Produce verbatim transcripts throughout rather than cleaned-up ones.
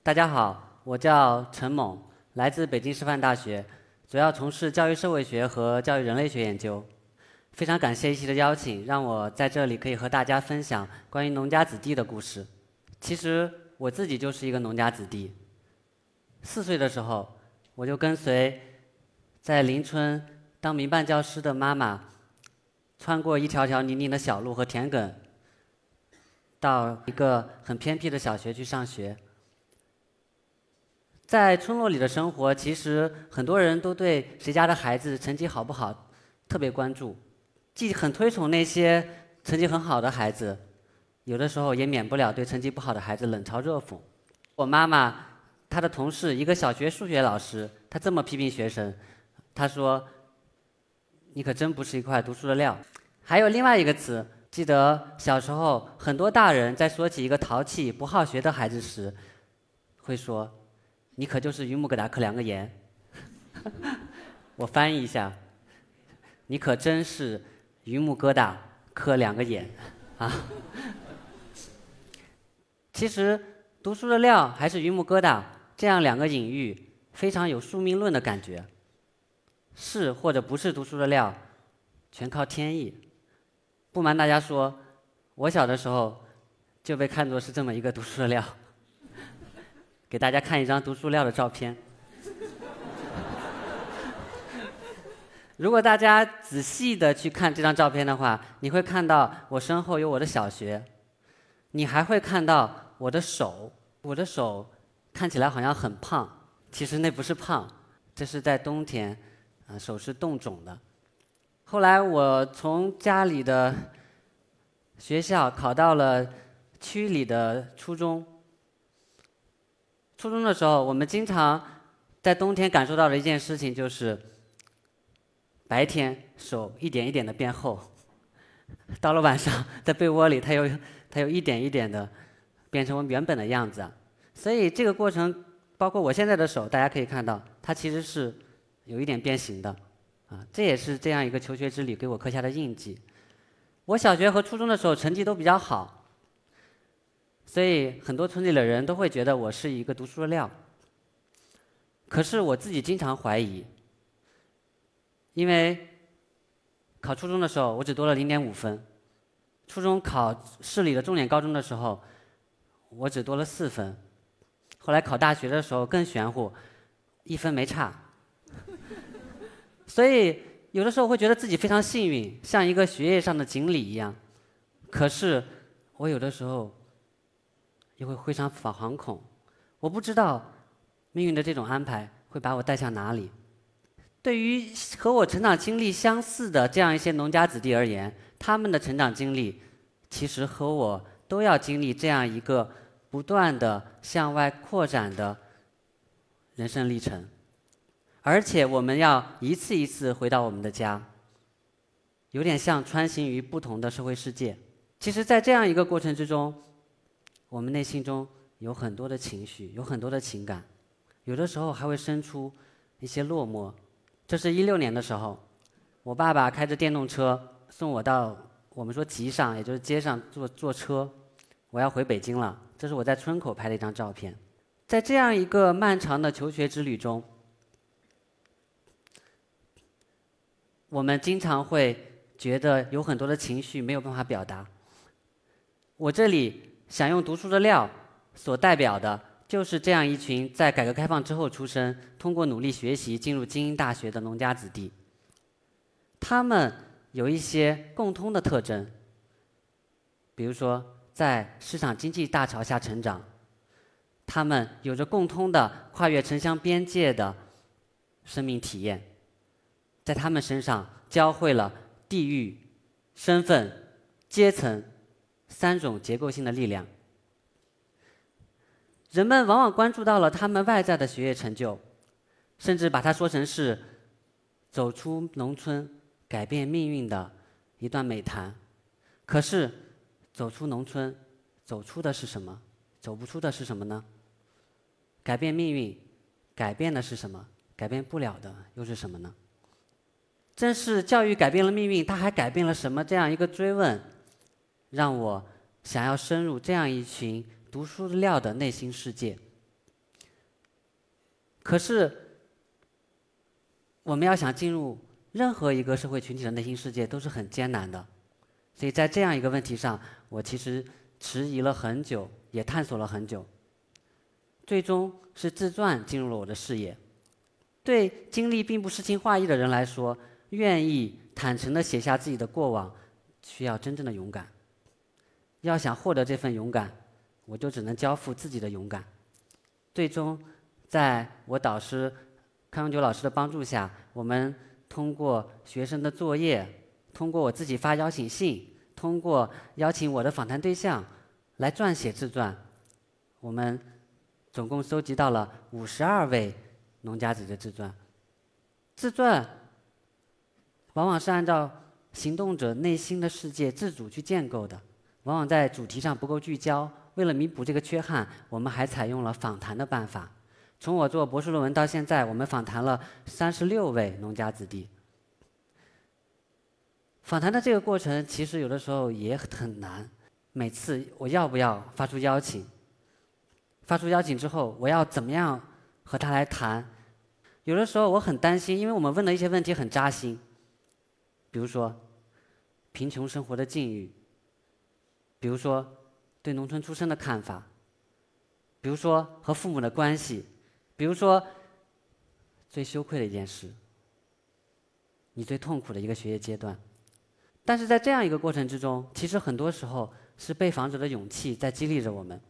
大家好，我叫陈猛，来自北京师范大学，主要从事教育社会学和教育人类学研究。非常感谢一席的邀请，让我在这里可以和大家分享关于农家子弟的故事。其实我自己就是一个农家子弟。四岁的时候，我就跟随在邻村当民办教师的妈妈，穿过一条条泥泞的小路和田埂，到一个很偏僻的小学去上学。在村落里的生活，其实很多人都对谁家的孩子成绩好不好特别关注，既很推崇那些成绩很好的孩子，有的时候也免不了对成绩不好的孩子冷嘲热讽。我妈妈她的同事，一个小学数学老师，她这么批评学生，她说：“你可真不是一块读书的料。”还有另外一个词，记得小时候很多大人在说起一个淘气不好学的孩子时，会说：“你可就是榆木疙瘩磕两个眼。”我翻译一下，你可真是榆木疙瘩磕两个眼啊！其实读书的料还是榆木疙瘩这样两个隐喻，非常有宿命论的感觉。是或者不是读书的料，全靠天意。不瞒大家说，我小的时候就被看作是这么一个读书的料。给大家看一张读书料的照片。如果大家仔细的去看这张照片的话，你会看到我身后有我的小学，你还会看到我的手，我的手看起来好像很胖，其实那不是胖，这是在冬天，啊，手是冻肿的。后来我从家里的学校考到了区里的初中。初中的时候，我们经常在冬天感受到的一件事情就是，白天手一点一点的变厚，到了晚上在被窝里，它又它又一点一点的变成我们原本的样子。所以这个过程，包括我现在的手，大家可以看到，它其实是有一点变形的，啊，这也是这样一个求学之旅给我刻下的印记。我小学和初中的时候成绩都比较好，所以很多村里的人都会觉得我是一个读书的料。可是我自己经常怀疑，因为考初中的时候我只多了零点五分，初中考市里的重点高中的时候我只多了四分，后来考大学的时候更玄乎，一分没差。所以有的时候会觉得自己非常幸运，像一个学业上的锦鲤一样。可是我有的时候又会非常惶恐，我不知道命运的这种安排会把我带向哪里。对于和我成长经历相似的这样一些农家子弟而言，他们的成长经历其实和我都要经历这样一个不断的向外扩展的人生历程，而且我们要一次一次回到我们的家，有点像穿行于不同的社会世界。其实在这样一个过程之中，我们内心中有很多的情绪，有很多的情感，有的时候还会生出一些落寞。这是一六年的时候，我爸爸开着电动车送我到我们说集上，也就是街上坐坐车，我要回北京了。这是我在村口拍的一张照片。在这样一个漫长的求学之旅中，我们经常会觉得有很多的情绪没有办法表达。我这里想用读书的料所代表的，就是这样一群在改革开放之后出生，通过努力学习进入精英大学的农家子弟。他们有一些共通的特征，比如说在市场经济大潮下成长，他们有着共通的跨越城乡边界的生命体验，在他们身上教会了地域、身份、阶层三种结构性的力量。人们往往关注到了他们外在的学业成就，甚至把它说成是走出农村改变命运的一段美谈。可是走出农村，走出的是什么？走不出的是什么呢？改变命运，改变的是什么？改变不了的又是什么呢？正是教育改变了命运，它还改变了什么？这样一个追问，让我想要深入这样一群读书料的内心世界。 可是，我们要想进入任何一个社会群体的内心世界都是很艰难的。所以在这样一个问题上，我其实迟疑了很久，也探索了很久。最终是自传进入了我的视野。对经历并不诗情画意的人来说，愿意坦诚地写下自己的过往，需要真正的勇敢。要想获得这份勇敢，我就只能交付自己的勇敢。最终，在我导师康永久老师的帮助下，我们通过学生的作业，通过我自己发邀请信，通过邀请我的访谈对象来撰写自传，我们总共收集到了五十二位农家子弟的自传。自传往往是按照行动者内心的世界自主去建构的，往往在主题上不够聚焦。为了弥补这个缺憾，我们还采用了访谈的办法。从我做博士论文到现在，我们访谈了三十六位农家子弟。访谈的这个过程其实有的时候也很难。每次我要不要发出邀请？发出邀请之后，我要怎么样和他来谈？有的时候我很担心，因为我们问的一些问题很扎心，比如说贫穷生活的境遇，比如说对农村出身的看法，比如说和父母的关系，比如说最羞愧的一件事，你最痛苦的一个学业阶段。但是在这样一个过程之中，其实很多时候是被访者的勇气在激励着我们。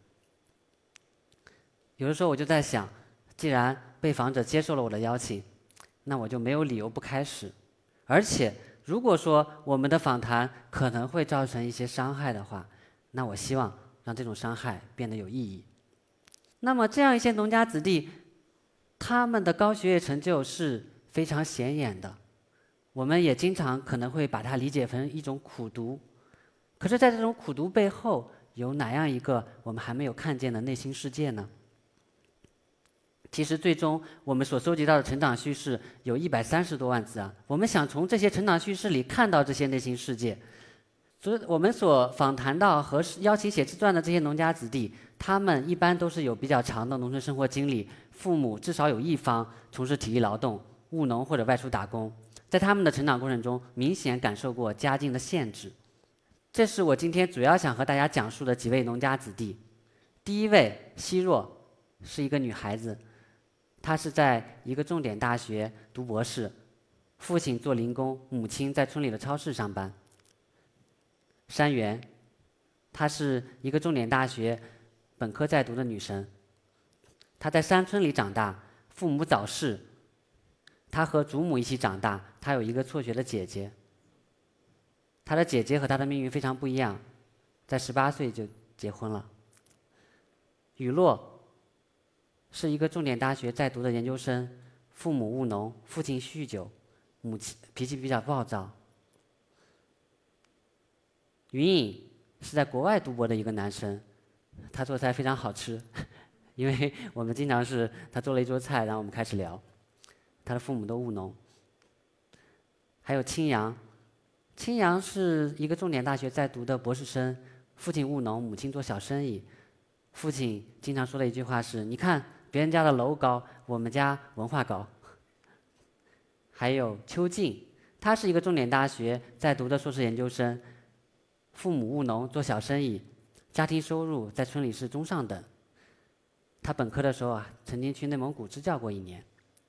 有的时候我就在想，既然被访者接受了我的邀请，那我就没有理由不开始。而且如果说我们的访谈可能会造成一些伤害的话，那我希望让这种伤害变得有意义。那么这样一些农家子弟，他们的高学业成就是非常显眼的，我们也经常可能会把它理解成一种苦读。可是在这种苦读背后，有哪样一个我们还没有看见的内心世界呢？其实最终我们所收集到的成长叙事有一百三十多万字啊，我们想从这些成长叙事里看到这些内心世界。所以我们所访谈到和邀请写自传的这些农家子弟，他们一般都是有比较长的农村生活经历，父母至少有一方从事体力劳动、务农或者外出打工，在他们的成长过程中明显感受过家境的限制。这是我今天主要想和大家讲述的几位农家子弟。第一位奚若是一个女孩子，她是在一个重点大学读博士，父亲做零工，母亲在村里的超市上班。山原，她是一个重点大学本科在读的女生，她在山村里长大，父母早逝，她和祖母一起长大，她有一个辍学的姐姐。她的姐姐和她的命运非常不一样，在十八岁就结婚了。雨落是一个重点大学在读的研究生，父母务农，父亲酗酒，母亲脾气比较暴躁。云影是在国外读博的一个男生，他做菜非常好吃，因为我们经常是他做了一桌菜，然后我们开始聊。他的父母都务农。还有青阳，青阳是一个重点大学在读的博士生，父亲务农，母亲做小生意。父亲经常说的一句话是：“你看别人家的楼高，我们家文化高。”还有邱静，他是一个重点大学在读的硕士研究生。父母务农做小生意，家庭收入在村里是中上等。他本科的时候啊，曾经去内蒙古支教过一年。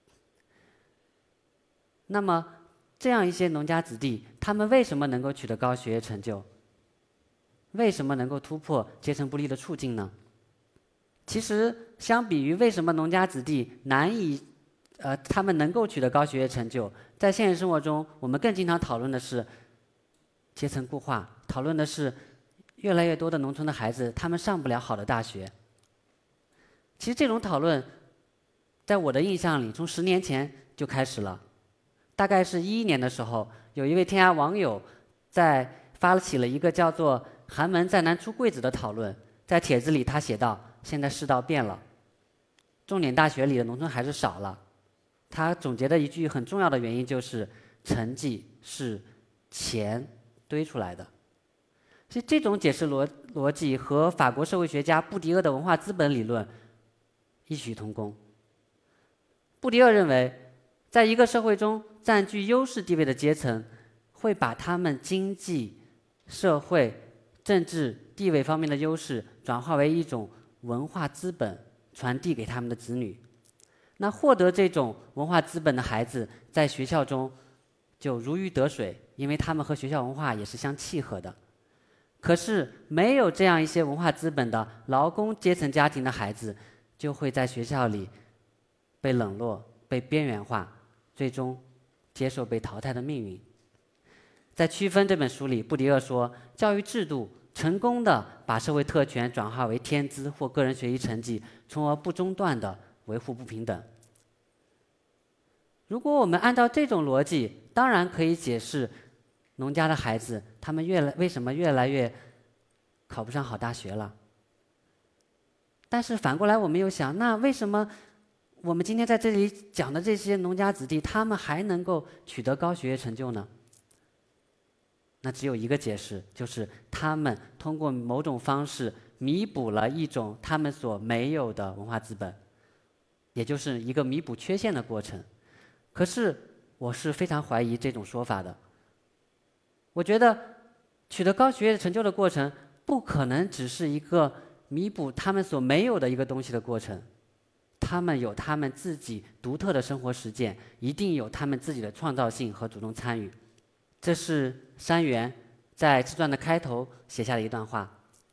那么，这样一些农家子弟，他们为什么能够取得高学业成就？为什么能够突破阶层不利的处境呢？其实，相比于为什么农家子弟难以，呃，他们能够取得高学业成就，在现实生活中，我们更经常讨论的是阶层固化，讨论的是越来越多的农村的孩子，他们上不了好的大学。其实这种讨论，在我的印象里，从十年前就开始了。大概是一一年的时候，有一位天涯网友在发起了一个叫做“寒门再难出贵子”的讨论。在帖子里，他写道：“现在世道变了，重点大学里的农村孩子少了。”他总结的一句很重要的原因就是成绩是钱堆出来的。所以这种解释逻逻辑和法国社会学家布迪厄的文化资本理论异曲同工。 布迪厄认为，在一个社会中占据优势地位的阶层，会把他们经济、社会、政治地位方面的优势转化为一种文化资本，传递给他们的子女。那获得这种文化资本的孩子，在学校中就如鱼得水，因为他们和学校文化也是相契合的。可是没有这样一些文化资本的劳工阶层家庭的孩子，就会在学校里被冷落、被边缘化，最终接受被淘汰的命运。在《区分》这本书里，布迪厄说，教育制度成功地把社会特权转化为天资或个人学习成绩，从而不中断地维护不平等。如果我们按照这种逻辑，当然可以解释农家的孩子他们越来为什么越来越考不上好大学了。但是反过来我们又想，那为什么我们今天在这里讲的这些农家子弟，他们还能够取得高学业成就呢？那只有一个解释，就是他们通过某种方式弥补了一种他们所没有的文化资本，也就是一个弥补缺陷的过程。可是我是非常怀疑这种说法的。我觉得取得高学业成就的过程，不可能只是一个弥补他们所没有的一个东西的过程。他们有他们自己独特的生活实践，一定有他们自己的创造性和主动参与。这是山原在自传的开头写下的一段话。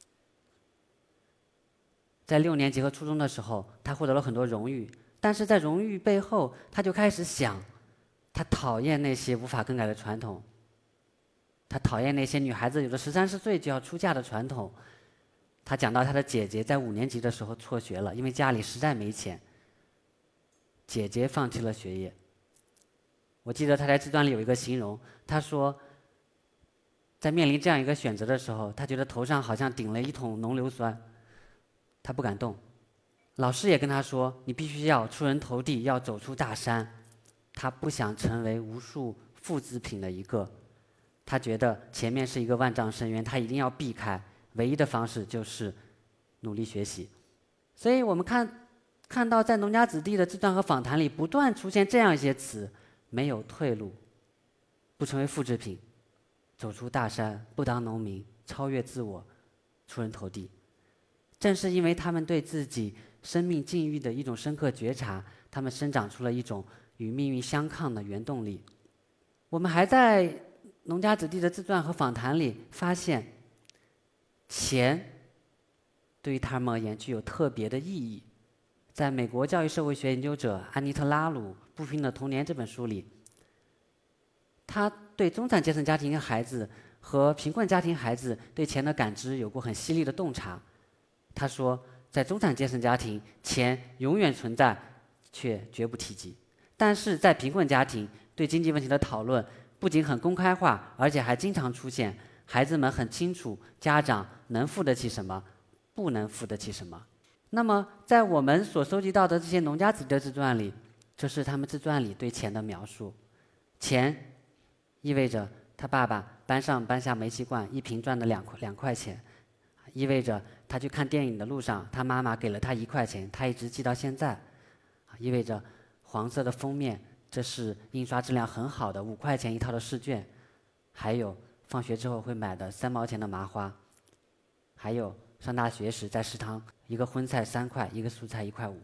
在六年级和初中的时候，他获得了很多荣誉，但是在荣誉背后，他就开始想，他讨厌那些无法更改的传统，他讨厌那些女孩子有了十三四岁就要出嫁的传统。他讲到他的姐姐在五年级的时候辍学了，因为家里实在没钱，姐姐放弃了学业。我记得他在自传里有一个形容，他说，在面临这样一个选择的时候，他觉得头上好像顶了一桶浓硫酸，他不敢动。老师也跟他说，你必须要出人头地，要走出大山。他不想成为无数复制品的一个，他觉得前面是一个万丈深渊，他一定要避开，唯一的方式就是努力学习。所以我们看看到在农家子弟的自传和访谈里，不断出现这样一些词：没有退路，不成为复制品，走出大山，不当农民，超越自我，出人头地。正是因为他们对自己生命境遇的一种深刻觉察，他们生长出了一种与命运相抗的原动力。我们还在农家子弟的自传和访谈里发现，钱对于他们而言具有特别的意义。在美国教育社会学研究者安妮特·拉鲁《不平等的童年》这本书里，他对中产阶层家庭的孩子和贫困家庭孩子对钱的感知有过很犀利的洞察。他说，在中产阶层家庭，钱永远存在，却绝不提及；但是在贫困家庭，对经济问题的讨论不仅很公开化，而且还经常出现孩子们很清楚家长能付得起什么，不能付得起什么。那么在我们所收集到的这些农家子弟的自传里，这是他们自传里对钱的描述。钱意味着他爸爸搬上搬下煤气罐，一瓶赚了两块两块钱，意味着他去看电影的路上，他妈妈给了他一块钱，他一直记到现在。意味着黄色的封面，这是印刷质量很好的五块钱一套的试卷，还有放学之后会买的三毛钱的麻花，还有上大学时在食堂一个荤菜三块，一个素菜一块五。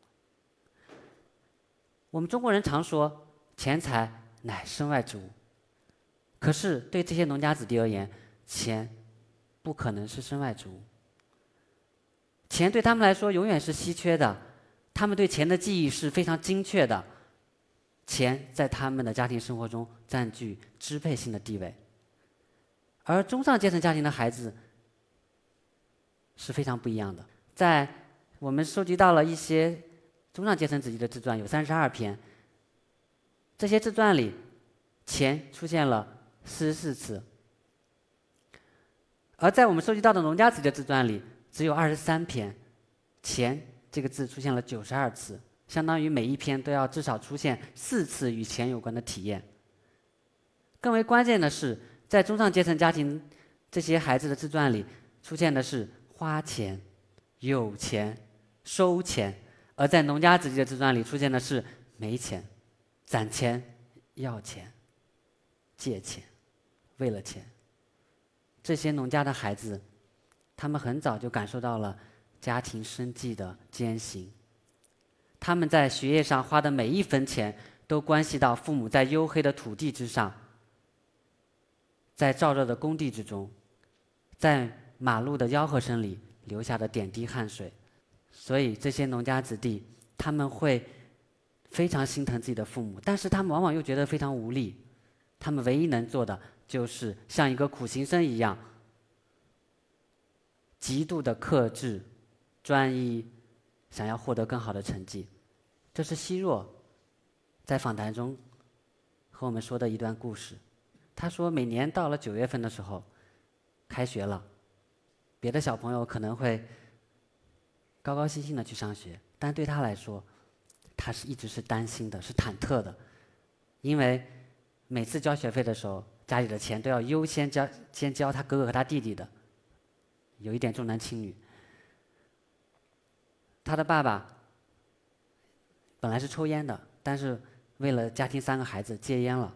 我们中国人常说钱财乃身外之物，可是对这些农家子弟而言，钱不可能是身外之物。钱对他们来说永远是稀缺的，他们对钱的记忆是非常精确的，钱在他们的家庭生活中占据支配性的地位。而中上阶层家庭的孩子是非常不一样的。在我们收集到了一些中上阶层子弟的自传，有三十二篇，这些自传里钱出现了四十四次，而在我们收集到的农家子弟的自传里只有二十三篇，钱这个字出现了九十二次，相当于每一篇都要至少出现四次与钱有关的体验。更为关键的是，在中上阶层家庭这些孩子的自传里出现的是花钱、有钱、收钱，而在农家子弟的自传里出现的是没钱，攒钱，要钱，借钱，为了钱。这些农家的孩子，他们很早就感受到了家庭生计的艰辛。他们在学业上花的每一分钱，都关系到父母在黝黑的土地之上，在燥热的工地之中，在马路的吆喝声里流下的点滴汗水。所以这些农家子弟，他们会非常心疼自己的父母，但是他们往往又觉得非常无力。他们唯一能做的就是像一个苦行僧一样，极度的克制、专一，想要获得更好的成绩。这是奚若在访谈中和我们说的一段故事。他说，每年到了九月份的时候，开学了，别的小朋友可能会高高兴兴的去上学，但对他来说，他是一直是担心的，是忐忑的，因为每次交学费的时候，家里的钱都要优先交先交他哥哥和他弟弟的，有一点重男轻女。他的爸爸本来是抽烟的，但是为了家庭三个孩子戒烟了。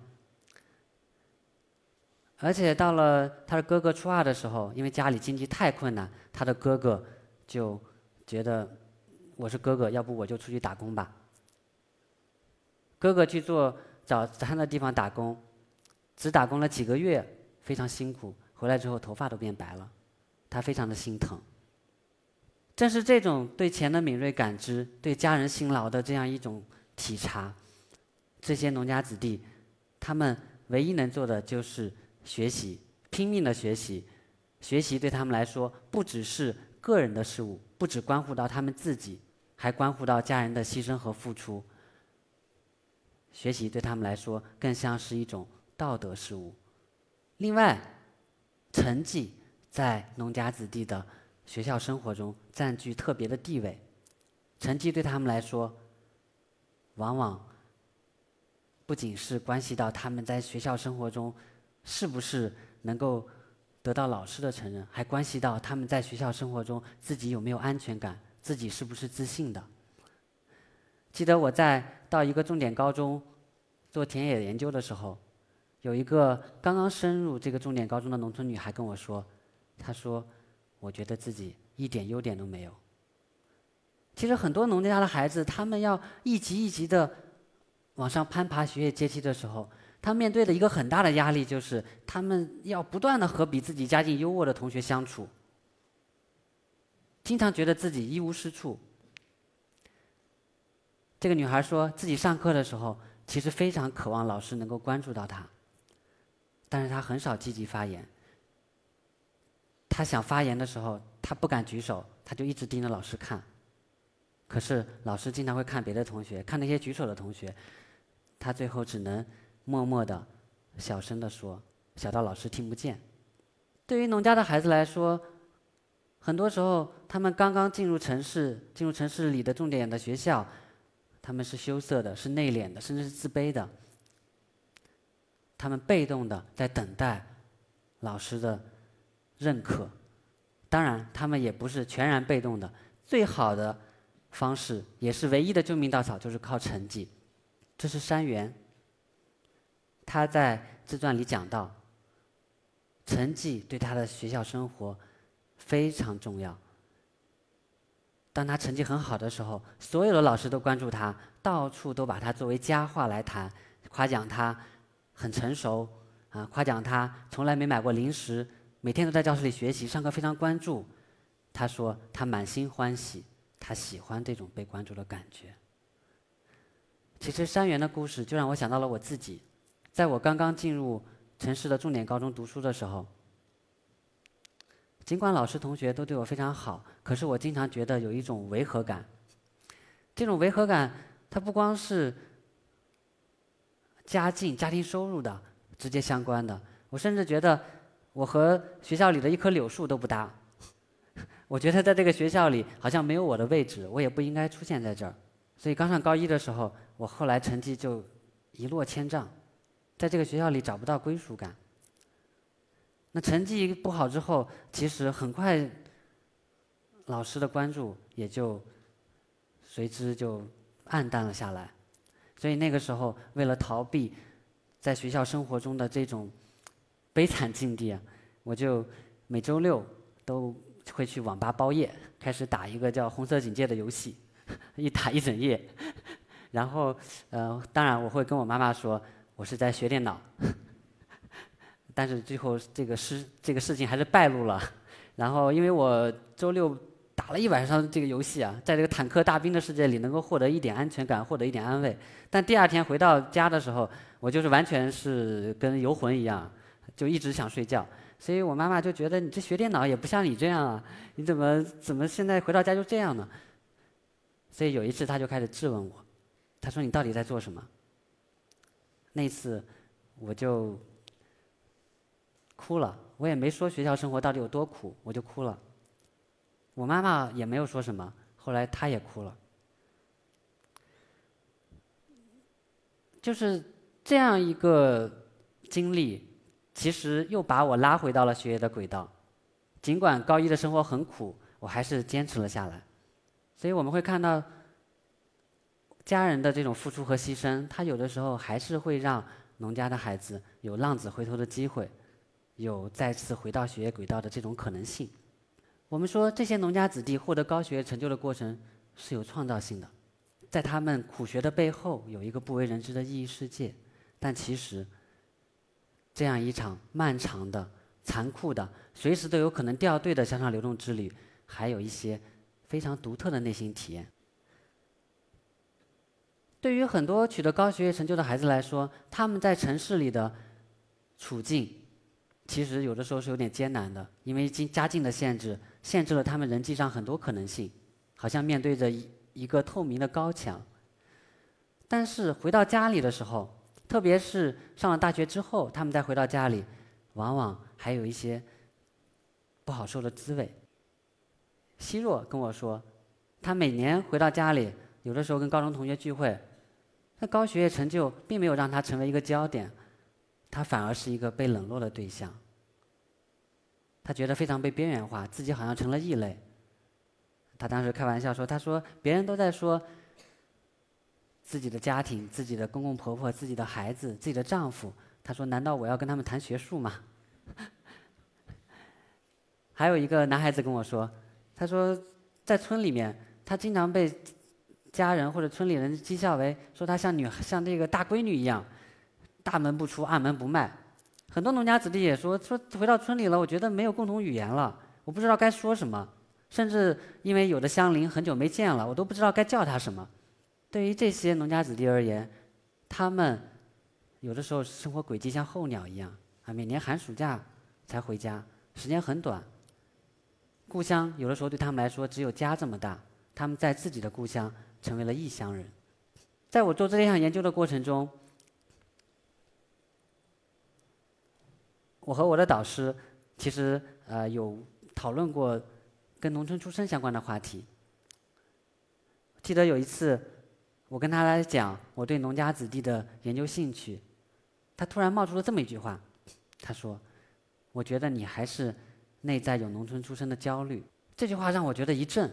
而且到了他的哥哥初二的时候，因为家里经济太困难，他的哥哥就觉得我是哥哥，要不我就出去打工吧。哥哥去做早餐的地方打工，只打工了几个月，非常辛苦，回来之后头发都变白了，他非常的心疼。正是这种对钱的敏锐感知，对家人辛劳的这样一种体察，这些农家子弟，他们唯一能做的就是学习，拼命的学习。学习对他们来说，不只是个人的事物，不只关乎到他们自己，还关乎到家人的牺牲和付出。学习对他们来说，更像是一种道德事物。另外，成绩在农家子弟的学校生活中占据特别的地位。成绩对他们来说，往往不仅是关系到他们在学校生活中是不是能够得到老师的承认，还关系到他们在学校生活中自己有没有安全感，自己是不是自信的。记得我在到一个重点高中做田野研究的时候，有一个刚刚升入这个重点高中的农村女孩跟我说，她说我觉得自己一点优点都没有。其实很多农家的孩子，他们要一级一级的往上攀爬学业阶梯的时候，他面对的一个很大的压力就是，他们要不断的和比自己家境优渥的同学相处，经常觉得自己一无是处。这个女孩说自己上课的时候，其实非常渴望老师能够关注到她，但是她很少积极发言。她想发言的时候，她不敢举手，她就一直盯着老师看。可是老师经常会看别的同学，看那些举手的同学，她最后只能默默的、小声的说，小到老师听不见。对于农家的孩子来说，很多时候他们刚刚进入城市，进入城市里的重点的学校，他们是羞涩的，是内敛的，甚至是自卑的。他们被动的在等待老师的认可。当然，他们也不是全然被动的。最好的方式，也是唯一的救命稻草，就是靠成绩。这是山原，他在自传里讲到，成绩对他的学校生活非常重要。当他成绩很好的时候，所有的老师都关注他，到处都把他作为佳话来谈，夸奖他很成熟啊，夸奖他从来没买过零食，每天都在教室里学习，上课非常关注。他说他满心欢喜，他喜欢这种被关注的感觉。其实山原的故事就让我想到了我自己，在我刚刚进入城市的重点高中读书的时候，尽管老师同学都对我非常好，可是我经常觉得有一种违和感。这种违和感，它不光是家境、家庭收入的直接相关的，我甚至觉得我和学校里的一棵柳树都不搭。我觉得在这个学校里好像没有我的位置，我也不应该出现在这儿。所以刚上高一的时候，我后来成绩就一落千丈，在这个学校里找不到归属感。那成绩不好之后，其实很快老师的关注也就随之就暗淡了下来。 所以那个时候为了逃避在学校生活中的这种悲惨境地啊，我就每周六都会去网吧包夜，开始打一个叫《红色警戒》的游戏，一打一整夜。然后呃，当然我会跟我妈妈说我是在学电脑，但是最后这个事这个事情还是败露了。然后因为我周六打了一晚上这个游戏啊，在这个坦克大兵的世界里能够获得一点安全感，获得一点安慰。但第二天回到家的时候，我就是完全是跟游魂一样，就一直想睡觉。所以我妈妈就觉得你这学电脑也不像你这样啊，你怎么怎么现在回到家就这样呢？所以有一次她就开始质问我，她说你到底在做什么？那次我就哭了，我也没说学校生活到底有多苦，我就哭了。我妈妈也没有说什么，后来她也哭了。就是这样一个经历，其实又把我拉回到了学业的轨道。尽管高一的生活很苦，我还是坚持了下来。所以我们会看到，家人的这种付出和牺牲，他有的时候还是会让农家的孩子有浪子回头的机会，有再次回到学业轨道的这种可能性。我们说这些农家子弟获得高学业成就的过程是有创造性的，在他们苦学的背后有一个不为人知的意义世界。但其实，这样一场漫长的、残酷的、随时都有可能掉队的向上流动之旅，还有一些非常独特的内心体验。对于很多取得高学业成就的孩子来说，他们在城市里的处境，其实有的时候是有点艰难的，因为家境的限制，限制了他们人际上很多可能性，好像面对着一一个透明的高墙。但是回到家里的时候，特别是上了大学之后，他们再回到家里，往往还有一些不好受的滋味。希若跟我说，他每年回到家里，有的时候跟高中同学聚会，那高学业成就并没有让他成为一个焦点，他反而是一个被冷落的对象。他觉得非常被边缘化，自己好像成了异类。他当时开玩笑说：“他说别人都在说自己的家庭、自己的公公婆婆、自己的孩子、自己的丈夫，他说难道我要跟他们谈学术吗？”还有一个男孩子跟我说，他说在村里面，他经常被家人或者村里人讥笑为说他像女像这个大闺女一样，大门不出二门不迈。很多农家子弟也说说回到村里了，我觉得没有共同语言了，我不知道该说什么，甚至因为有的乡邻很久没见了，我都不知道该叫他什么。对于这些农家子弟而言，他们有的时候生活轨迹像候鸟一样啊，每年寒暑假才回家，时间很短。故乡有的时候对他们来说只有家这么大，他们在自己的故乡成为了异乡人。在我做这项研究的过程中，我和我的导师其实呃有讨论过跟农村出身相关的话题。记得有一次，我跟他来讲我对农家子弟的研究兴趣，他突然冒出了这么一句话，他说：“我觉得你还是内在有农村出身的焦虑。”这句话让我觉得一震，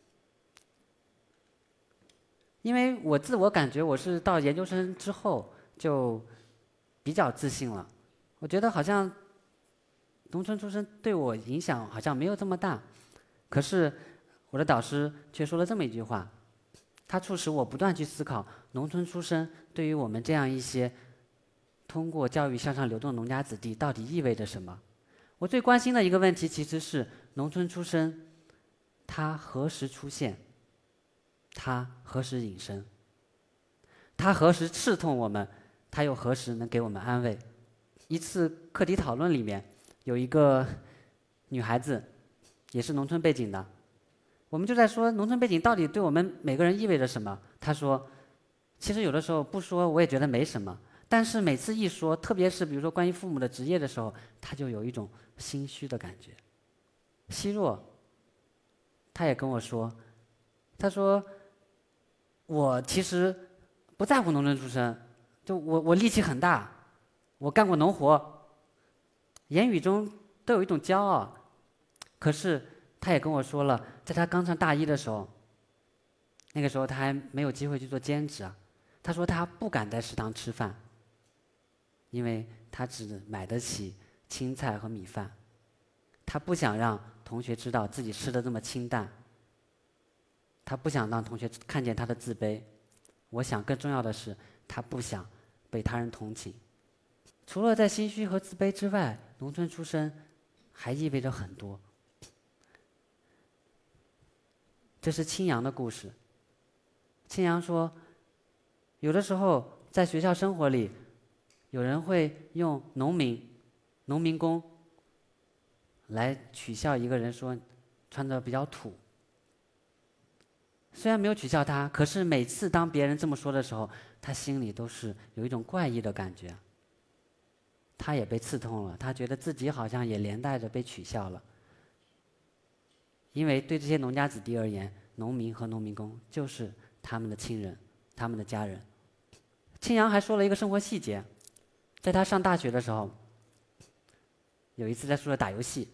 因为我自我感觉我是到研究生之后就比较自信了，我觉得好像农村出身对我影响好像没有这么大。可是我的导师却说了这么一句话，它促使我不断去思考农村出身对于我们这样一些通过教育向上流动的农家子弟到底意味着什么。我最关心的一个问题其实是农村出身它何时出现，它何时隐身，它何时刺痛我们，它又何时能给我们安慰。一次课题讨论里面有一个女孩子也是农村背景的，我们就在说农村背景到底对我们每个人意味着什么。她说其实有的时候不说我也觉得没什么，但是每次一说，特别是比如说关于父母的职业的时候，她就有一种心虚的感觉。希若她也跟我说，她说我其实不在乎农村出身，就我我力气很大，我干过农活，言语中都有一种骄傲。可是他也跟我说了，在他刚上大一的时候，那个时候他还没有机会去做兼职啊， 他说他不敢在食堂吃饭，因为他只买得起青菜和米饭。他不想让同学知道自己吃的这么清淡，他不想让同学看见他的自卑。我想更重要的是，他不想被他人同情。除了在心虚和自卑之外，农村出身还意味着很多。这是青阳的故事。青阳说，有的时候在学校生活里，有人会用农民、农民工来取笑一个人，说穿得比较土。虽然没有取笑他，可是每次当别人这么说的时候，他心里都是有一种怪异的感觉。他也被刺痛了，他觉得自己好像也连带着被取笑了。因为对这些农家子弟而言，农民和农民工就是他们的亲人，他们的家人。青阳还说了一个生活细节，在他上大学的时候，有一次在宿舍打游戏，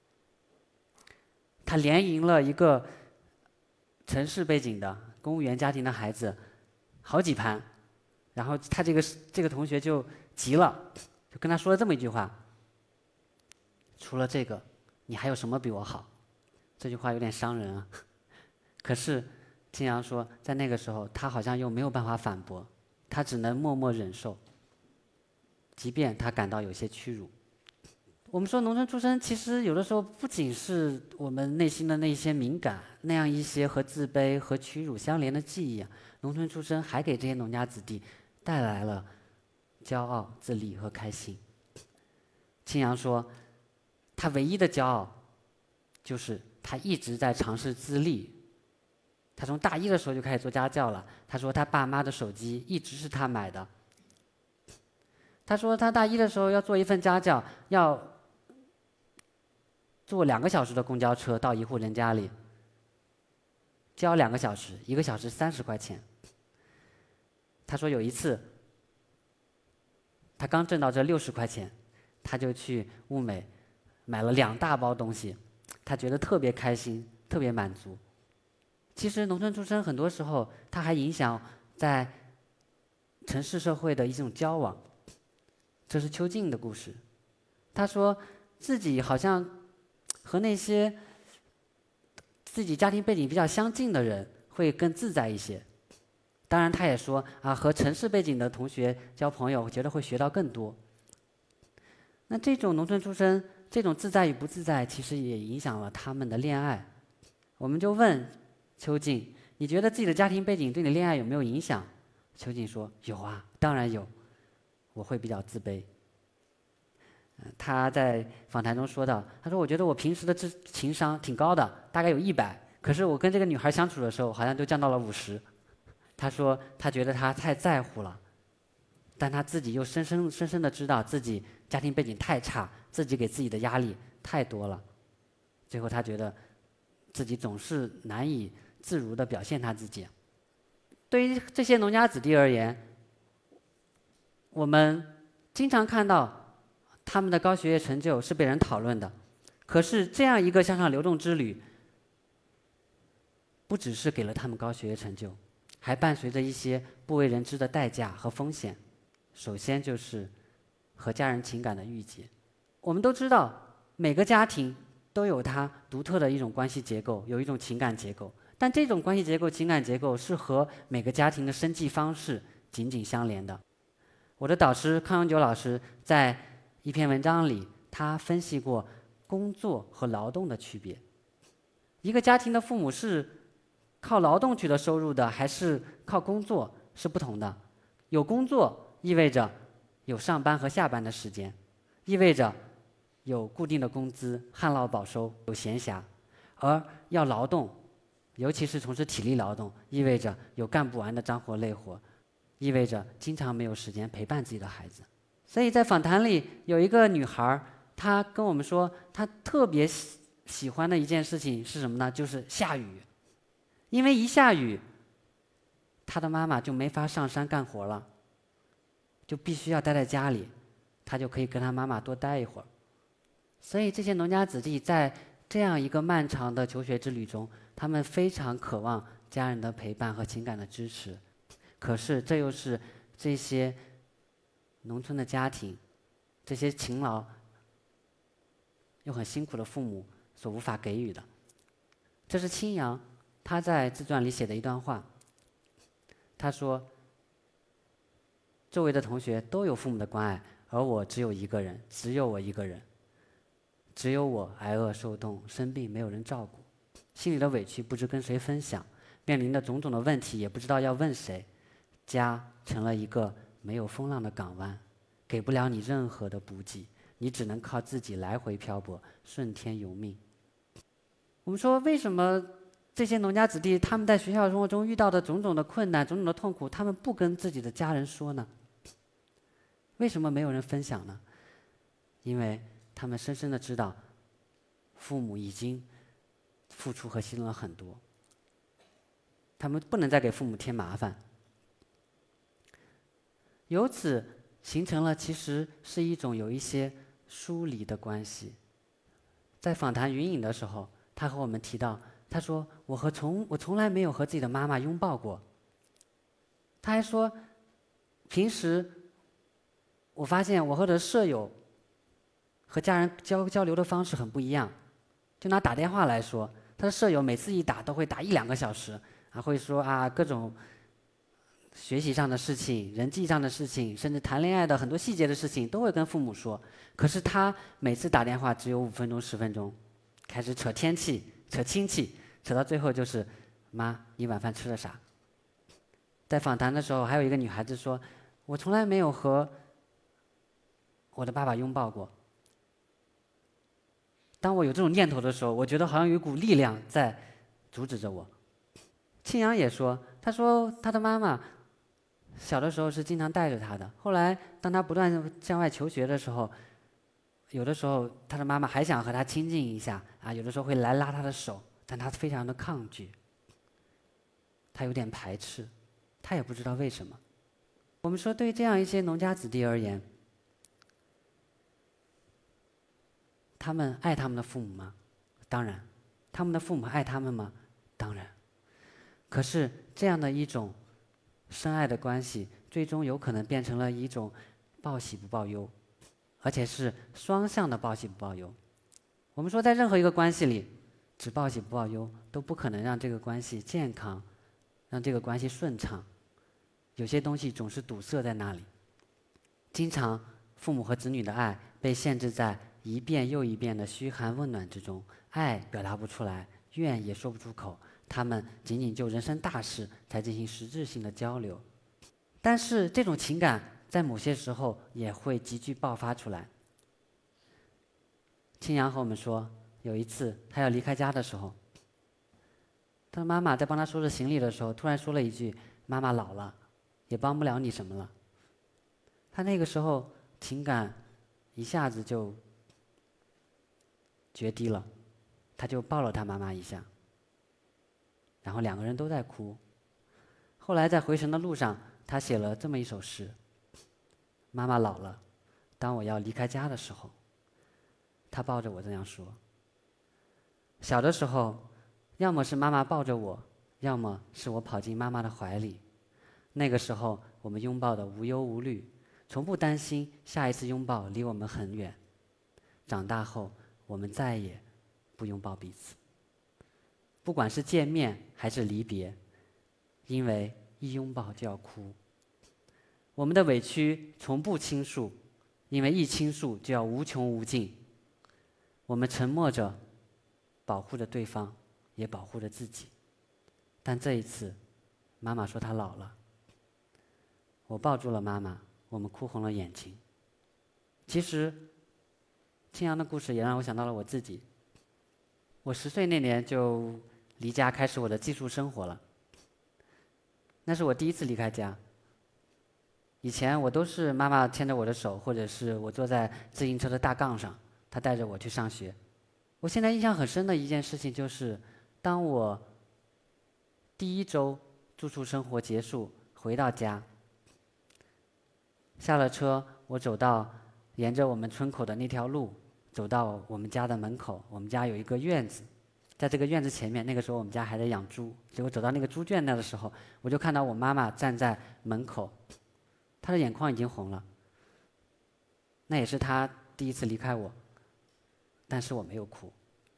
他连赢了一个城市背景的公务员家庭的孩子好几盘，然后他这个这个同学就急了，就跟他说了这么一句话：除了这个，你还有什么比我好？这句话有点伤人啊。可是青阳说，在那个时候他好像又没有办法反驳，他只能默默忍受，即便他感到有些屈辱。我们说农村出身，其实有的时候不仅是我们内心的那些敏感，那样一些和自卑和屈辱相连的记忆啊，农村出身还给这些农家子弟带来了骄傲、自立和开心。青阳说，他唯一的骄傲就是他一直在尝试自立。他从大一的时候就开始做家教了。他说他爸妈的手机一直是他买的。他说他大一的时候要做一份家教，要坐两个小时的公交车到一户人家里，交两个小时，一个小时三十块钱。他说有一次，他刚挣到这六十块钱，他就去物美买了两大包东西，他觉得特别开心，特别满足。其实农村出身很多时候，他还影响在城市社会的一种交往。这是邱静的故事。他说自己好像和那些自己家庭背景比较相近的人会更自在一些。当然他也说啊，和城市背景的同学交朋友，觉得会学到更多。那这种农村出身，这种自在与不自在，其实也影响了他们的恋爱。我们就问邱静，你觉得自己的家庭背景对你恋爱有没有影响？邱静说，有啊，当然有，我会比较自卑。他在访谈中说到，他说我觉得我平时的智情商挺高的，大概有一百，可是我跟这个女孩相处的时候，好像就降到了五十。他说他觉得他太在乎了，但他自己又深深深深的知道自己家庭背景太差，自己给自己的压力太多了。最后他觉得自己总是难以自如地表现他自己。对于这些农家子弟而言，我们经常看到他们的高学业成就是被人讨论的，可是这样一个向上流动之旅，不只是给了他们高学业成就，还伴随着一些不为人知的代价和风险。首先就是和家人情感的郁结。我们都知道，每个家庭都有它独特的一种关系结构，有一种情感结构，但这种关系结构、情感结构是和每个家庭的生计方式紧紧相连的。我的导师康永久老师在一篇文章里，他分析过工作和劳动的区别。一个家庭的父母是靠劳动取得收入的，还是靠工作是不同的。有工作意味着有上班和下班的时间，意味着有固定的工资，旱涝保收，有闲暇。而要劳动，尤其是从事体力劳动，意味着有干不完的脏活累活，意味着经常没有时间陪伴自己的孩子。所以在访谈里有一个女孩，她跟我们说，她特别喜喜欢的一件事情是什么呢？就是下雨。因为一下雨，她的妈妈就没法上山干活了，就必须要待在家里，她就可以跟她妈妈多待一会儿。所以这些农家子弟在这样一个漫长的求学之旅中，他们非常渴望家人的陪伴和情感的支持。 可是这又是这些农村的家庭，这些勤劳又很辛苦的父母所无法给予的。这是青阳他在自传里写的一段话。他说：“周围的同学都有父母的关爱，而我只有一个人，只有我一个人，只有我挨饿受冻，生病没有人照顾，心里的委屈不知跟谁分享，面临的种种的问题也不知道要问谁。家成了一个没有风浪的港湾，给不了你任何的补给，你只能靠自己来回漂泊，顺天由命。”我们说，为什么这些农家子弟他们在学校生活中遇到的种种的困难、种种的痛苦，他们不跟自己的家人说呢？为什么没有人分享呢？因为他们深深的知道，父母已经付出和牺牲了很多，他们不能再给父母添麻烦。由此形成了其实是一种有一些疏离的关系。在访谈云影的时候，他和我们提到，他说我和从我从来没有和自己的妈妈拥抱过。他还说，平时我发现我和我的舍友和家人交交流的方式很不一样。就拿打电话来说，他的舍友每次一打都会打一两个小时，还会说啊各种学习上的事情、人际上的事情，甚至谈恋爱的很多细节的事情都会跟父母说。可是他每次打电话只有五分钟、十分钟，开始扯天气、扯亲戚，扯到最后就是妈，你晚饭吃了啥？在访谈的时候，还有一个女孩子说，我从来没有和我的爸爸拥抱过。当我有这种念头的时候，我觉得好像有一股力量在阻止着我。庆阳也说，他说他的妈妈小的时候是经常带着他的，后来当他不断向外求学的时候，有的时候他的妈妈还想和他亲近一下啊，有的时候会来拉他的手，但他非常的抗拒，他有点排斥，他也不知道为什么。我们说，对于这样一些农家子弟而言，他们爱他们的父母吗？当然。他们的父母爱他们吗？当然。可是这样的一种深爱的关系，最终有可能变成了一种报喜不报忧，而且是双向的报喜不报忧。我们说，在任何一个关系里，只报喜不报忧，都不可能让这个关系健康，让这个关系顺畅。有些东西总是堵塞在那里。经常父母和子女的爱被限制在一遍又一遍的嘘寒问暖之中，爱表达不出来，怨也说不出口，他们仅仅就人生大事才进行实质性的交流。但是这种情感在某些时候也会急剧爆发出来。青阳和我们说，有一次他要离开家的时候，他的妈妈在帮他收拾行李的时候，突然说了一句：“妈妈老了，也帮不了你什么了。”他那个时候情感一下子就决堤了，他就抱了他妈妈一下，然后两个人都在哭。后来在回程的路上，他写了这么一首诗：妈妈老了，当我要离开家的时候，她抱着我这样说。小的时候，要么是妈妈抱着我，要么是我跑进妈妈的怀里。那个时候，我们拥抱的无忧无虑，从不担心下一次拥抱离我们很远。长大后，我们再也不拥抱彼此，不管是见面还是离别，因为一拥抱就要哭。我们的委屈从不倾诉，因为一倾诉就要无穷无尽。我们沉默着，保护着对方，也保护着自己。但这一次，妈妈说她老了，我抱住了妈妈，我们哭红了眼睛。其实青阳的故事也让我想到了我自己。我十岁那年就离家开始我的寄宿生活了，那是我第一次离开家。以前我都是妈妈牵着我的手，或者是我坐在自行车的大杠上，她带着我去上学。我现在印象很深的一件事情就是，当我第一周住宿生活结束回到家，下了车，我走到沿着我们村口的那条路，走到我们家的门口。我们家有一个院子，在这个院子前面，那个时候我们家还在养猪。结果走到那个猪圈那的时候，我就看到我妈妈站在门口，他的眼眶已经红了。那也是他第一次离开我，但是我没有哭。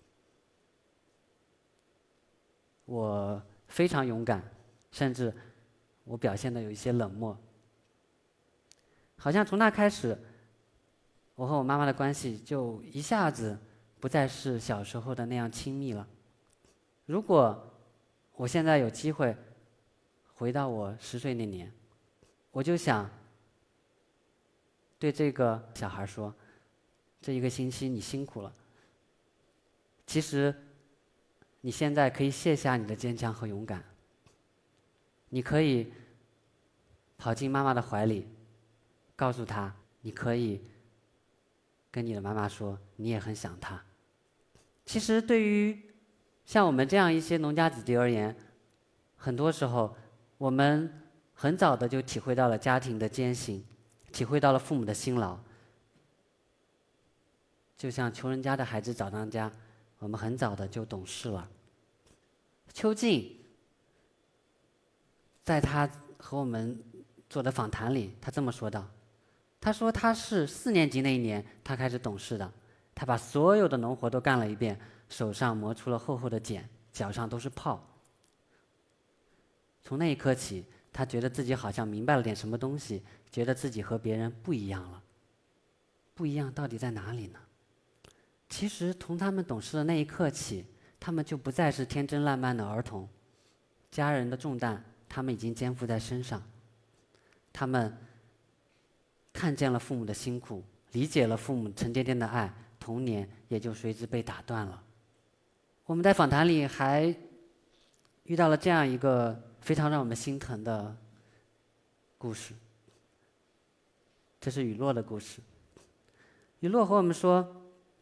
我非常勇敢，甚至我表现得有一些冷漠。好像从那开始，我和我妈妈的关系就一下子不再是小时候的那样亲密了。如果我现在有机会回到我十岁那年，我就想对这个小孩说，这一个星期你辛苦了。其实你现在可以卸下你的坚强和勇敢，你可以跑进妈妈的怀里，告诉她你可以跟你的妈妈说你也很想她。其实对于像我们这样一些农家子弟而言，很多时候我们很早的就体会到了家庭的艰辛，体会到了父母的辛劳。就像穷人家的孩子早当家，我们很早的就懂事了。邱静在他和我们做的访谈里，他这么说道，他说他是四年级那一年他开始懂事的，他把所有的农活都干了一遍，手上磨出了厚厚的茧，脚上都是泡。从那一刻起，他觉得自己好像明白了点什么东西，觉得自己和别人不一样了。不一样到底在哪里呢？其实从他们懂事的那一刻起，他们就不再是天真烂漫的儿童，家人的重担他们已经肩负在身上。他们看见了父母的辛苦，理解了父母沉甸甸的爱，童年也就随之被打断了。我们在访谈里还遇到了这样一个非常让我们心疼的故事，这是雨落的故事。雨落和我们说，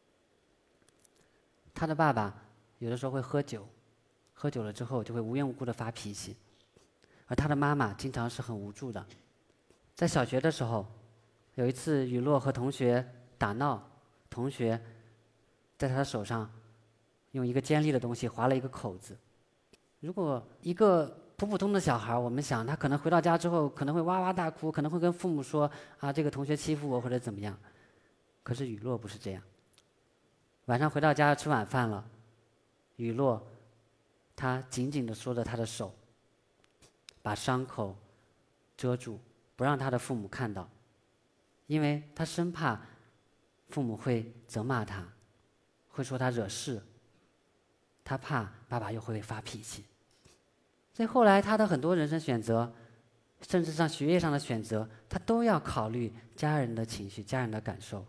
他的爸爸有的时候会喝酒，喝酒了之后就会无缘无故的发脾气，而他的妈妈经常是很无助的。在小学的时候，有一次雨落和同学打闹，同学在他的手上用一个尖利的东西划了一个口子。如果一个普普通的小孩，我们想他可能回到家之后可能会哇哇大哭，可能会跟父母说啊这个同学欺负我或者怎么样。可是雨落不是这样。晚上回到家吃晚饭了，雨落他紧紧地缩着他的手，把伤口遮住，不让他的父母看到，因为他生怕父母会责骂他，会说他惹事，他怕爸爸又会发脾气。所以后来他的很多人生选择，甚至上学业上的选择，他都要考虑家人的情绪、家人的感受。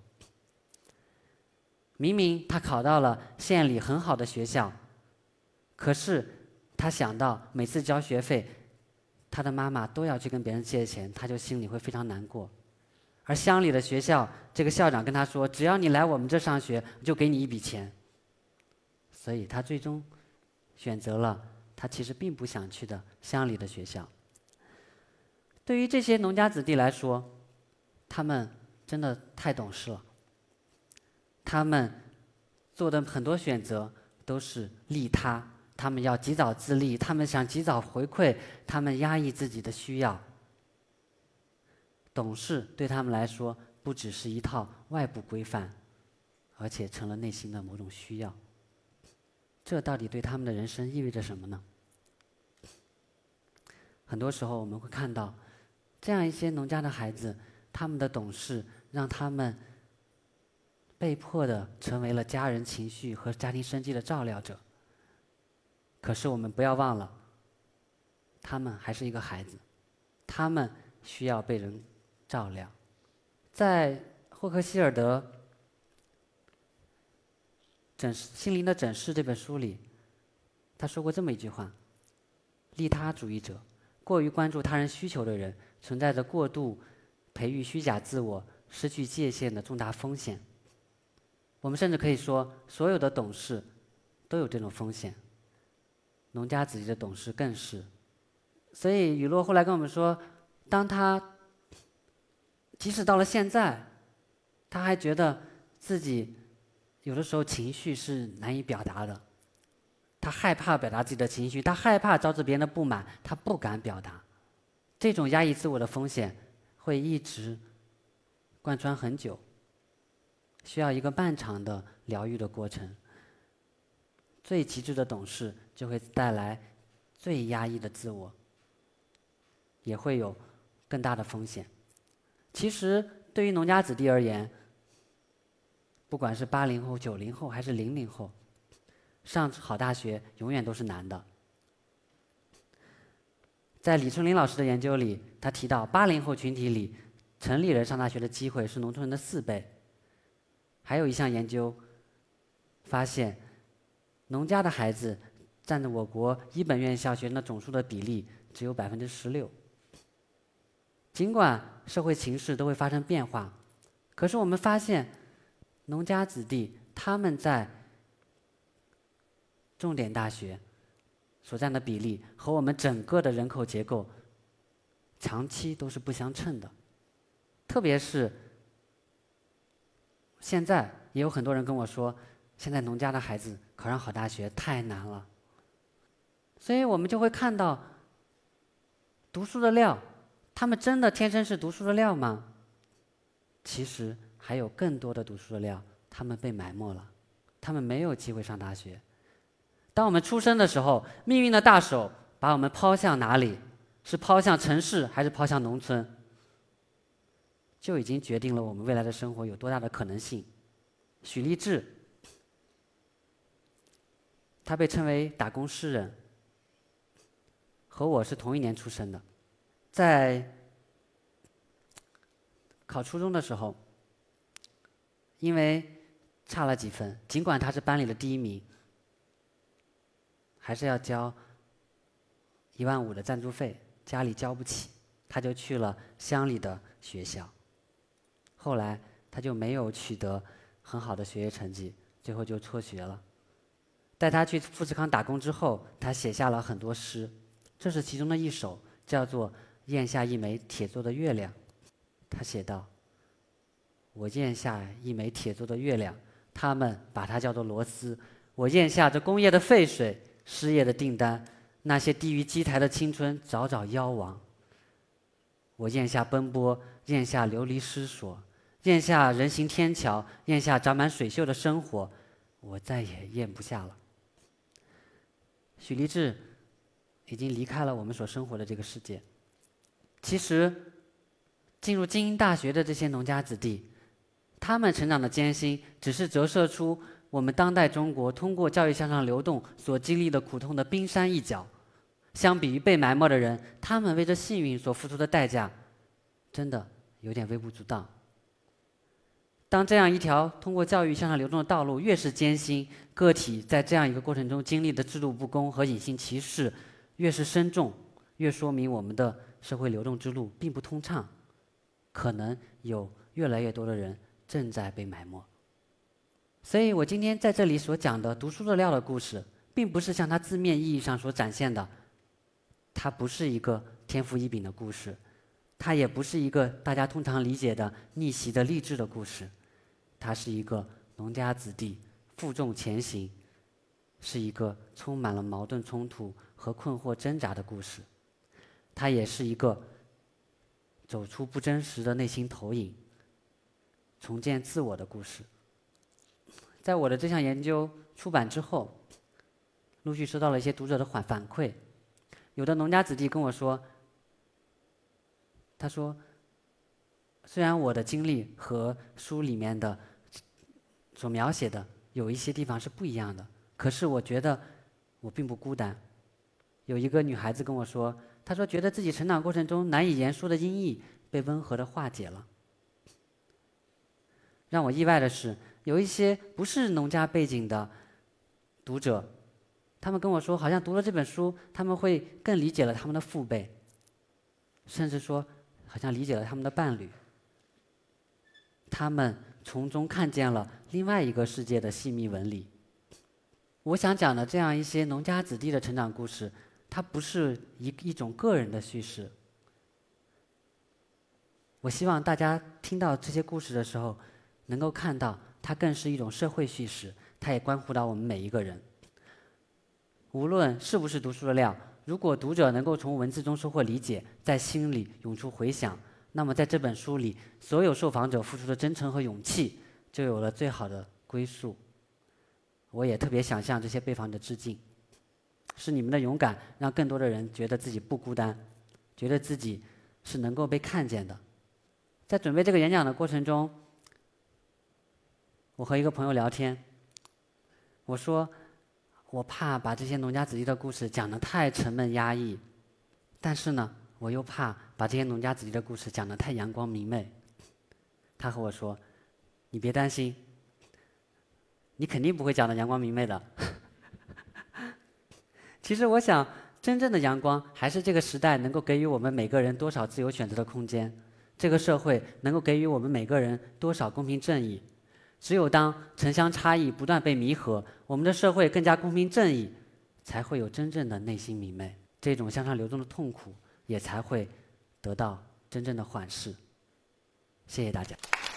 明明他考到了县里很好的学校，可是他想到每次交学费，他的妈妈都要去跟别人借钱，他就心里会非常难过。而乡里的学校，这个校长跟他说，只要你来我们这上学，就给你一笔钱。所以他最终选择了他其实并不想去的乡里的学校。对于这些农家子弟来说，他们真的太懂事了。他们做的很多选择都是利他，他们要及早自立，他们想及早回馈，他们压抑自己的需要。懂事对他们来说不只是一套外部规范，而且成了内心的某种需要。这到底对他们的人生意味着什么呢？很多时候我们会看到，这样一些农家的孩子，他们的懂事让他们被迫的成为了家人情绪和家庭生计的照料者。可是我们不要忘了，他们还是一个孩子，他们需要被人照料。在霍克希尔德诊心灵的诊室这本书里，他说过这么一句话：利他主义者，过于关注他人需求的人，存在着过度培育虚假自我、失去界限的重大风险。我们甚至可以说，所有的懂事都有这种风险，农家子弟的懂事更是。所以雨落后来跟我们说，当他即使到了现在，他还觉得自己有的时候情绪是难以表达的，他害怕表达自己的情绪，他害怕招致别人的不满，他不敢表达。 这种压抑自我的风险会一直贯穿很久，需要一个漫长的疗愈的过程。最极致的懂事就会带来最压抑的自我，也会有更大的风险。其实对于农家子弟而言，不管是八零后、九零后还是零零后，上好大学永远都是难的。在李春林老师的研究里，他提到八零后群体里，城里人上大学的机会是农村人的四倍。还有一项研究发现，农家的孩子占着我国一本院校学生的总数的比例只有百分之十六。尽管社会形势都会发生变化，可是我们发现，农家子弟他们在重点大学所占的比例和我们整个的人口结构长期都是不相称的。特别是现在也有很多人跟我说，现在农家的孩子考上好大学太难了。所以我们就会看到，读书的料，他们真的天生是读书的料吗？其实还有更多的读书的料，他们被埋没了，他们没有机会上大学。当我们出生的时候，命运的大手把我们抛向哪里？是抛向城市还是抛向农村？就已经决定了我们未来的生活有多大的可能性。许立志，他被称为打工诗人，和我是同一年出生的。在考初中的时候，因为差了几分，尽管他是班里的第一名，还是要交一万五的赞助费，家里交不起，他就去了乡里的学校。后来他就没有取得很好的学业成绩，最后就辍学了。带他去富士康打工之后，他写下了很多诗，这是其中的一首，叫做《咽下一枚铁做的月亮》。他写道：我咽下一枚铁做的月亮，他们把它叫做螺丝。我咽下这工业的废水，失业的订单，那些低于机台的青春早早夭亡。我咽下奔波，咽下流离失所，咽下人行天桥，咽下长满水锈的生活，我再也咽不下了。许立志已经离开了我们所生活的这个世界。其实，进入精英大学的这些农家子弟，他们成长的艰辛，只是折射出我们当代中国通过教育向上流动所经历的苦痛的冰山一角。相比于被埋没的人，他们为这幸运所付出的代价，真的有点微不足道。当这样一条通过教育向上流动的道路越是艰辛，个体在这样一个过程中经历的制度不公和隐性歧视越是深重，越说明我们的社会流动之路并不通畅，可能有越来越多的人正在被埋没。所以我今天在这里所讲的读书的料的故事，并不是像它字面意义上所展现的，它不是一个天赋异禀的故事，它也不是一个大家通常理解的逆袭的励志的故事，它是一个农家子弟负重前行，是一个充满了矛盾冲突和困惑挣扎的故事。它也是一个走出不真实的内心投影，重建自我的故事。在我的这项研究出版之后，陆续收到了一些读者的反反馈。有的农家子弟跟我说，他说，虽然我的经历和书里面的所描写的有一些地方是不一样的，可是我觉得我并不孤单。有一个女孩子跟我说，她说觉得自己成长过程中难以言说的阴翳被温和地化解了。让我意外的是，有一些不是农家背景的读者，他们跟我说，好像读了这本书，他们会更理解了他们的父辈，甚至说好像理解了他们的伴侣。他们从中看见了另外一个世界的细密纹理。我想讲的这样一些农家子弟的成长故事，它不是一一种个人的叙事。我希望大家听到这些故事的时候，能够看到它更是一种社会叙事，它也关乎到我们每一个人。无论是不是读书的料， 如果读者能够从文字中收获理解，在心里涌出回响，那么在这本书里，所有受访者付出的真诚和勇气，就有了最好的归宿。我也特别想向这些被访者致敬，是你们的勇敢，让更多的人觉得自己不孤单，觉得自己是能够被看见的。在准备这个演讲的过程中，我和一个朋友聊天，我说我怕把这些农家子弟的故事讲得太沉闷压抑，但是呢，我又怕把这些农家子弟的故事讲得太阳光明媚。他和我说：“你别担心，你肯定不会讲得阳光明媚的。”其实我想，真正的阳光还是这个时代能够给予我们每个人多少自由选择的空间，这个社会能够给予我们每个人多少公平正义。只有当城乡差异不断被弥合，我们的社会更加公平正义，才会有真正的内心明媚，这种向上流动的痛苦也才会得到真正的缓释。谢谢大家。